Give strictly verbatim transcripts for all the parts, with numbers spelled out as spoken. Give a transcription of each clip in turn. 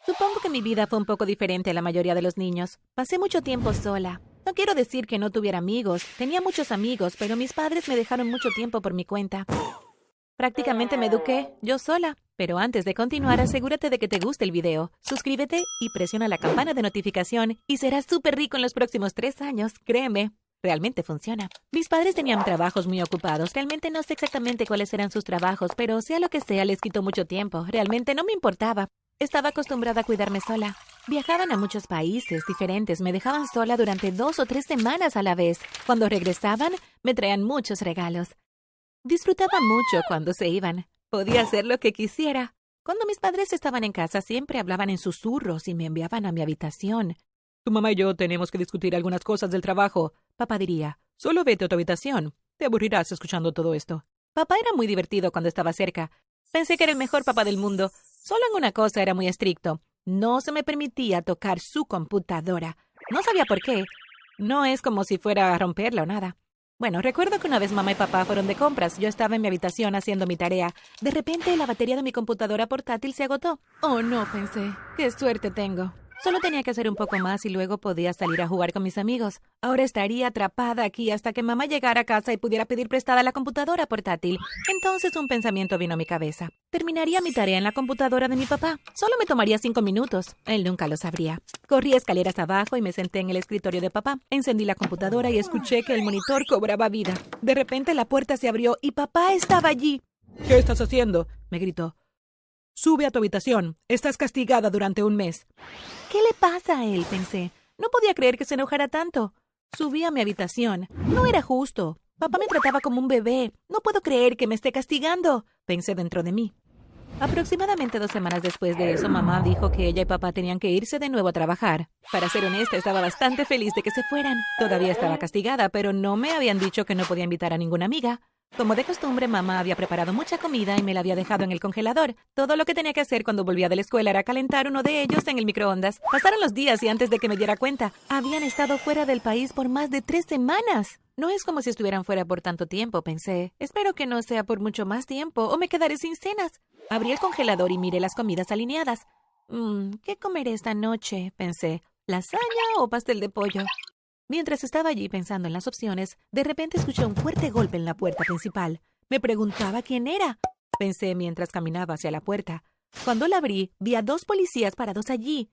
Supongo que mi vida fue un poco diferente a la mayoría de los niños. Pasé mucho tiempo sola. No quiero decir que no tuviera amigos. Tenía muchos amigos, pero mis padres me dejaron mucho tiempo por mi cuenta. Prácticamente me eduqué yo sola. Pero antes de continuar, asegúrate de que te guste el video. Suscríbete y presiona la campana de notificación y serás súper rico en los próximos tres años. Créeme, realmente funciona. Mis padres tenían trabajos muy ocupados. Realmente no sé exactamente cuáles eran sus trabajos, pero sea lo que sea, les quitó mucho tiempo. Realmente no me importaba. Estaba acostumbrada a cuidarme sola. Viajaban a muchos países diferentes. Me dejaban sola durante dos o tres semanas a la vez. Cuando regresaban, me traían muchos regalos. Disfrutaba mucho cuando se iban. Podía hacer lo que quisiera. Cuando mis padres estaban en casa, siempre hablaban en susurros y me enviaban a mi habitación. Tu mamá y yo tenemos que discutir algunas cosas del trabajo. Papá diría, solo vete a tu habitación. Te aburrirás escuchando todo esto. Papá era muy divertido cuando estaba cerca. Pensé que era el mejor papá del mundo. Solo en una cosa era muy estricto. No se me permitía tocar su computadora. No sabía por qué. No es como si fuera a romperla o nada. Bueno, recuerdo que una vez mamá y papá fueron de compras. Yo estaba en mi habitación haciendo mi tarea. De repente, la batería de mi computadora portátil se agotó. Oh, no, pensé. ¡Qué suerte tengo! Solo tenía que hacer un poco más y luego podía salir a jugar con mis amigos. Ahora estaría atrapada aquí hasta que mamá llegara a casa y pudiera pedir prestada la computadora portátil. Entonces un pensamiento vino a mi cabeza. Terminaría mi tarea en la computadora de mi papá. Solo me tomaría cinco minutos. Él nunca lo sabría. Corrí escaleras abajo y me senté en el escritorio de papá. Encendí la computadora y escuché que el monitor cobraba vida. De repente la puerta se abrió y papá estaba allí. ¿Qué estás haciendo?, me gritó. Sube a tu habitación. Estás castigada durante un mes. ¿Qué le pasa a él?, pensé. No podía creer que se enojara tanto. Subí a mi habitación. No era justo. Papá me trataba como un bebé. No puedo creer que me esté castigando, pensé dentro de mí. Aproximadamente dos semanas después de eso, mamá dijo que ella y papá tenían que irse de nuevo a trabajar. Para ser honesta, estaba bastante feliz de que se fueran. Todavía estaba castigada, pero no me habían dicho que no podía invitar a ninguna amiga. Como de costumbre, mamá había preparado mucha comida y me la había dejado en el congelador. Todo lo que tenía que hacer cuando volvía de la escuela era calentar uno de ellos en el microondas. Pasaron los días y antes de que me diera cuenta, habían estado fuera del país por más de tres semanas. No es como si estuvieran fuera por tanto tiempo, pensé. Espero que no sea por mucho más tiempo o me quedaré sin cenas. Abrí el congelador y miré las comidas alineadas. Mmm, ¿qué comeré esta noche?, pensé. ¿Lasaña o pastel de pollo? Mientras estaba allí pensando en las opciones, de repente escuché un fuerte golpe en la puerta principal. Me preguntaba quién era. Pensé mientras caminaba hacia la puerta. Cuando la abrí, vi a dos policías parados allí.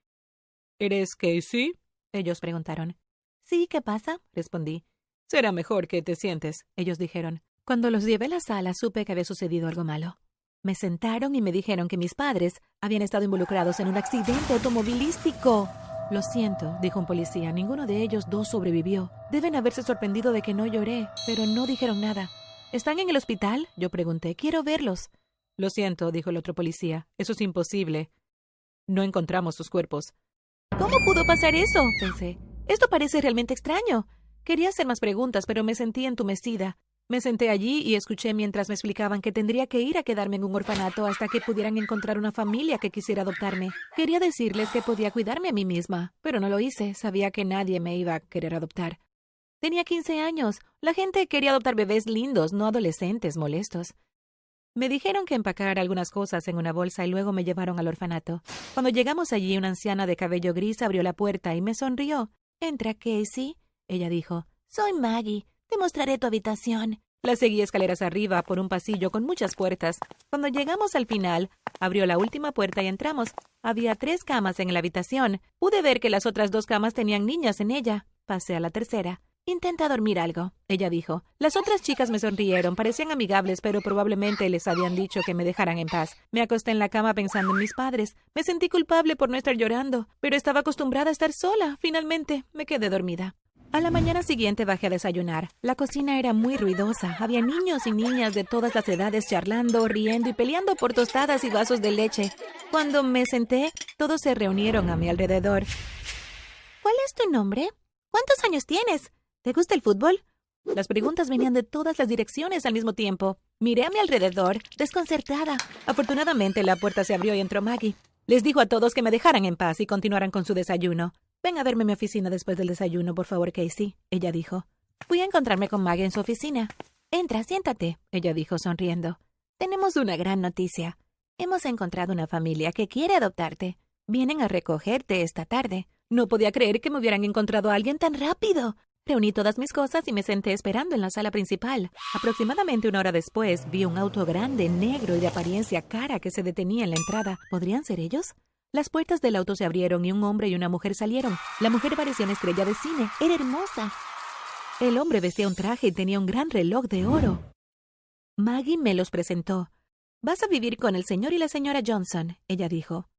¿Eres Casey?, ellos preguntaron. Sí, ¿qué pasa?, respondí. Será mejor que te sientes, ellos dijeron. Cuando los llevé a la sala, supe que había sucedido algo malo. Me sentaron y me dijeron que mis padres habían estado involucrados en un accidente automovilístico. Lo siento, dijo un policía. Ninguno de ellos dos sobrevivió. Deben haberse sorprendido de que no lloré, pero no dijeron nada. ¿Están en el hospital?, yo pregunté. Quiero verlos. Lo siento, dijo el otro policía. Eso es imposible. No encontramos sus cuerpos. ¿Cómo pudo pasar eso?, pensé. Esto parece realmente extraño. Quería hacer más preguntas, pero me sentí entumecida. Me senté allí y escuché mientras me explicaban que tendría que ir a quedarme en un orfanato hasta que pudieran encontrar una familia que quisiera adoptarme. Quería decirles que podía cuidarme a mí misma, pero no lo hice. Sabía que nadie me iba a querer adoptar. Tenía quince años. La gente quería adoptar bebés lindos, no adolescentes molestos. Me dijeron que empacara algunas cosas en una bolsa y luego me llevaron al orfanato. Cuando llegamos allí, una anciana de cabello gris abrió la puerta y me sonrió. «Entra, Casey», ella dijo. «Soy Maggie. Te mostraré tu habitación». La seguí escaleras arriba por un pasillo con muchas puertas. Cuando llegamos al final, abrió la última puerta y entramos. Había tres camas en la habitación. Pude ver que las otras dos camas tenían niñas en ella. Pasé a la tercera. «Intenta dormir algo», ella dijo. Las otras chicas me sonrieron. Parecían amigables, pero probablemente les habían dicho que me dejaran en paz. Me acosté en la cama pensando en mis padres. Me sentí culpable por no estar llorando, pero estaba acostumbrada a estar sola. Finalmente, me quedé dormida. A la mañana siguiente bajé a desayunar. La cocina era muy ruidosa. Había niños y niñas de todas las edades charlando, riendo y peleando por tostadas y vasos de leche. Cuando me senté, todos se reunieron a mi alrededor. «¿Cuál es tu nombre? ¿Cuántos años tienes? ¿Te gusta el fútbol?» Las preguntas venían de todas las direcciones al mismo tiempo. Miré a mi alrededor, desconcertada. Afortunadamente, la puerta se abrió y entró Maggie. Les dijo a todos que me dejaran en paz y continuaran con su desayuno. «Ven a verme en mi oficina después del desayuno, por favor, Casey», ella dijo. Fui a encontrarme con Maggie en su oficina. «Entra, siéntate», ella dijo sonriendo. «Tenemos una gran noticia. Hemos encontrado una familia que quiere adoptarte». Vienen a recogerte esta tarde. No podía creer que me hubieran encontrado a alguien tan rápido. Reuní todas mis cosas y me senté esperando en la sala principal. Aproximadamente una hora después, vi un auto grande, negro y de apariencia cara que se detenía en la entrada. ¿Podrían ser ellos? Las puertas del auto se abrieron y un hombre y una mujer salieron. La mujer parecía una estrella de cine. Era hermosa. El hombre vestía un traje y tenía un gran reloj de oro. Maggie me los presentó. «Vas a vivir con el señor y la señora Johnson», ella dijo.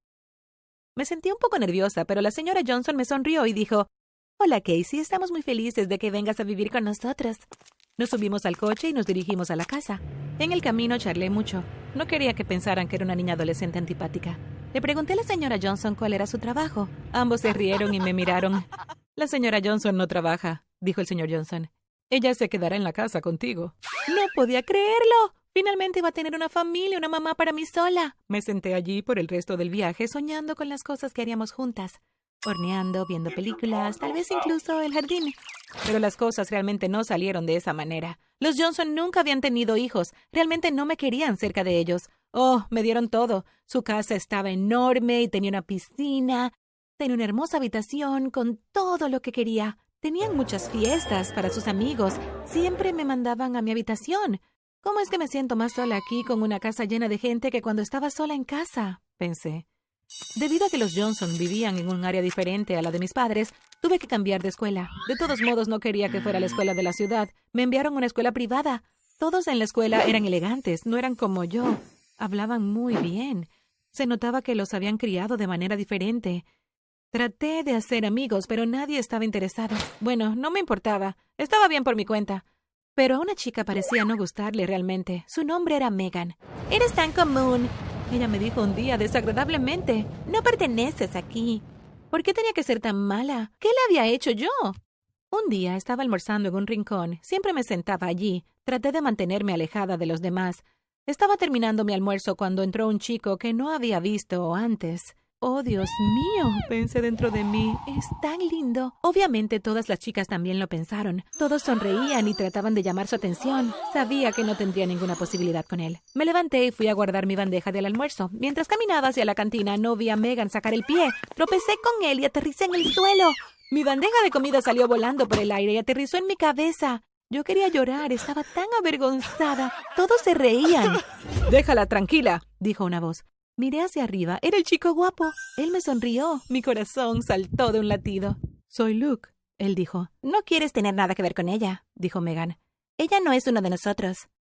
Me sentí un poco nerviosa, pero la señora Johnson me sonrió y dijo, «Hola, Casey, estamos muy felices de que vengas a vivir con nosotros». Nos subimos al coche y nos dirigimos a la casa. En el camino charlé mucho. No quería que pensaran que era una niña adolescente antipática. Le pregunté a la señora Johnson cuál era su trabajo. Ambos se rieron y me miraron. «La señora Johnson no trabaja», dijo el señor Johnson. «Ella se quedará en la casa contigo». No podía creerlo. Finalmente iba a tener una familia, una mamá para mí sola. Me senté allí por el resto del viaje soñando con las cosas que haríamos juntas. Horneando, viendo películas, tal vez incluso el jardín. Pero las cosas realmente no salieron de esa manera. Los Johnson nunca habían tenido hijos. Realmente no me querían cerca de ellos. Oh, me dieron todo. Su casa estaba enorme y tenía una piscina. Tenía una hermosa habitación con todo lo que quería. Tenían muchas fiestas para sus amigos. Siempre me mandaban a mi habitación. ¿Cómo es que me siento más sola aquí con una casa llena de gente que cuando estaba sola en casa?, pensé. Debido a que los Johnson vivían en un área diferente a la de mis padres, tuve que cambiar de escuela. De todos modos, no quería que fuera la escuela de la ciudad. Me enviaron a una escuela privada. Todos en la escuela eran elegantes, no eran como yo. Hablaban muy bien. Se notaba que los habían criado de manera diferente. Traté de hacer amigos, pero nadie estaba interesado. Bueno, no me importaba. Estaba bien por mi cuenta. Pero a una chica parecía no gustarle realmente. Su nombre era Megan. «Eres tan común», ella me dijo un día desagradablemente. «No perteneces aquí». ¿Por qué tenía que ser tan mala? ¿Qué le había hecho yo? Un día estaba almorzando en un rincón. Siempre me sentaba allí. Traté de mantenerme alejada de los demás. Estaba terminando mi almuerzo cuando entró un chico que no había visto antes. «Oh, Dios mío», pensé dentro de mí, «es tan lindo». Obviamente todas las chicas también lo pensaron. Todos sonreían y trataban de llamar su atención. Sabía que no tendría ninguna posibilidad con él. Me levanté y fui a guardar mi bandeja del almuerzo. Mientras caminaba hacia la cantina, no vi a Megan sacar el pie. Tropecé con él y aterricé en el suelo. Mi bandeja de comida salió volando por el aire y aterrizó en mi cabeza. Yo quería llorar, estaba tan avergonzada. Todos se reían. «Déjala tranquila», dijo una voz. Miré hacia arriba. Era el chico guapo. Él me sonrió. Mi corazón saltó de un latido. «Soy Luke», él dijo. «No quieres tener nada que ver con ella», dijo Megan. «Ella no es uno de nosotros».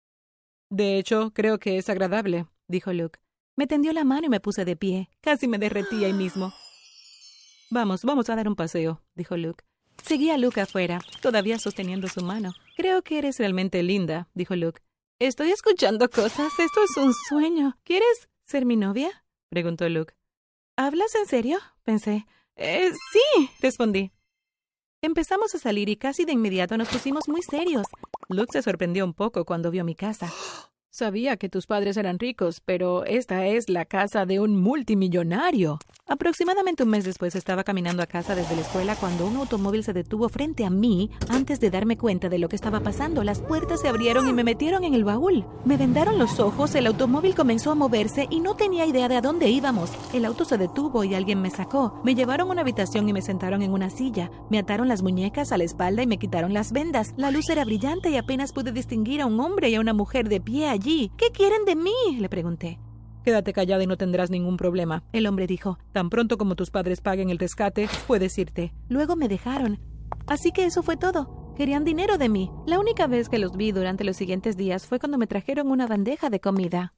«De hecho, creo que es agradable», dijo Luke. Me tendió la mano y me puse de pie. Casi me derretí ahí mismo. «Vamos, vamos a dar un paseo», dijo Luke. Seguí a Luke afuera, todavía sosteniendo su mano. «Creo que eres realmente linda», dijo Luke. «Estoy escuchando cosas. Esto es un sueño. ¿Quieres ser mi novia?», preguntó Luke. «¿Hablas en serio?», pensé. Eh, sí, respondí. Empezamos a salir y casi de inmediato nos pusimos muy serios. Luke se sorprendió un poco cuando vio mi casa. «Sabía que tus padres eran ricos, pero esta es la casa de un multimillonario». Aproximadamente un mes después estaba caminando a casa desde la escuela cuando un automóvil se detuvo frente a mí. Antes de darme cuenta de lo que estaba pasando, las puertas se abrieron y me metieron en el baúl. Me vendaron los ojos, el automóvil comenzó a moverse y no tenía idea de a dónde íbamos. El auto se detuvo y alguien me sacó. Me llevaron a una habitación y me sentaron en una silla. Me ataron las muñecas a la espalda y me quitaron las vendas. La luz era brillante y apenas pude distinguir a un hombre y a una mujer de pie allí. «¿Qué quieren de mí?», le pregunté. «Quédate callada y no tendrás ningún problema», el hombre dijo. «Tan pronto como tus padres paguen el rescate, puedes irte». Luego me dejaron. Así que eso fue todo. Querían dinero de mí. La única vez que los vi durante los siguientes días fue cuando me trajeron una bandeja de comida.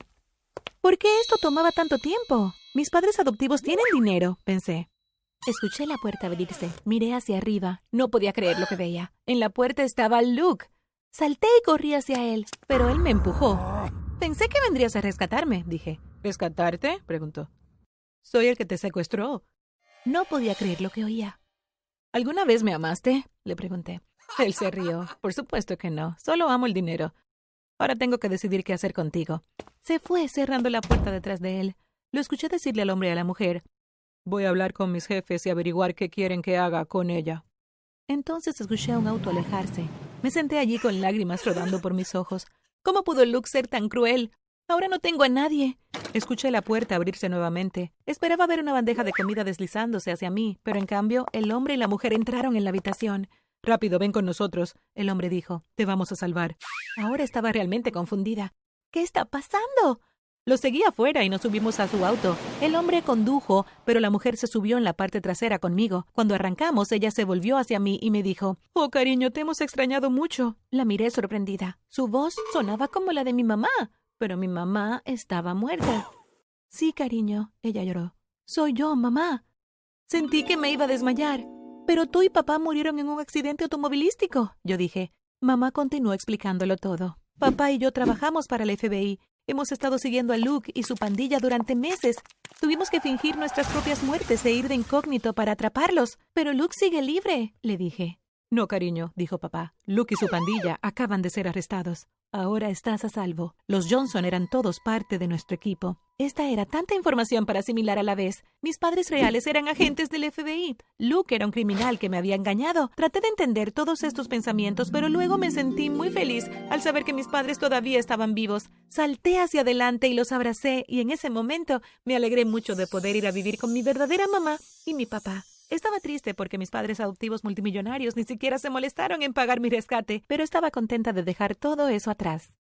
¿Por qué esto tomaba tanto tiempo? Mis padres adoptivos tienen dinero, pensé. Escuché la puerta abrirse. Miré hacia arriba. No podía creer lo que veía. En la puerta estaba Luke. Salté y corrí hacia él, pero él me empujó. «Pensé que vendrías a rescatarme», dije. «¿Rescatarte?», preguntó. «Soy el que te secuestró». No podía creer lo que oía. «¿Alguna vez me amaste?», le pregunté. Él se rió. «Por supuesto que no. Solo amo el dinero. Ahora tengo que decidir qué hacer contigo». Se fue, cerrando la puerta detrás de él. Lo escuché decirle al hombre y a la mujer. «Voy a hablar con mis jefes y averiguar qué quieren que haga con ella». Entonces escuché a un auto alejarse. Me senté allí con lágrimas rodando por mis ojos. ¿Cómo pudo Luke ser tan cruel? Ahora no tengo a nadie. Escuché la puerta abrirse nuevamente. Esperaba ver una bandeja de comida deslizándose hacia mí, pero en cambio, el hombre y la mujer entraron en la habitación. «Rápido, ven con nosotros», el hombre dijo. «Te vamos a salvar». Ahora estaba realmente confundida. «¿Qué está pasando?» Lo seguí afuera y nos subimos a su auto. El hombre condujo, pero la mujer se subió en la parte trasera conmigo. Cuando arrancamos, ella se volvió hacia mí y me dijo, «Oh, cariño, te hemos extrañado mucho». La miré sorprendida. Su voz sonaba como la de mi mamá, pero mi mamá estaba muerta. «Sí, cariño», ella lloró. «Soy yo, mamá». Sentí que me iba a desmayar. «Pero tú y papá murieron en un accidente automovilístico», yo dije. Mamá continuó explicándolo todo. «Papá y yo trabajamos para el F B I. Hemos estado siguiendo a Luke y su pandilla durante meses. Tuvimos que fingir nuestras propias muertes e ir de incógnito para atraparlos. Pero Luke sigue libre», le dije. «No, cariño», dijo papá. «Luke y su pandilla acaban de ser arrestados. Ahora estás a salvo. Los Johnson eran todos parte de nuestro equipo». Esta era tanta información para asimilar a la vez. Mis padres reales eran agentes del F B I. Luke era un criminal que me había engañado. Traté de entender todos estos pensamientos, pero luego me sentí muy feliz al saber que mis padres todavía estaban vivos. Salté hacia adelante y los abracé, y en ese momento me alegré mucho de poder ir a vivir con mi verdadera mamá y mi papá. Estaba triste porque mis padres adoptivos multimillonarios ni siquiera se molestaron en pagar mi rescate, pero estaba contenta de dejar todo eso atrás.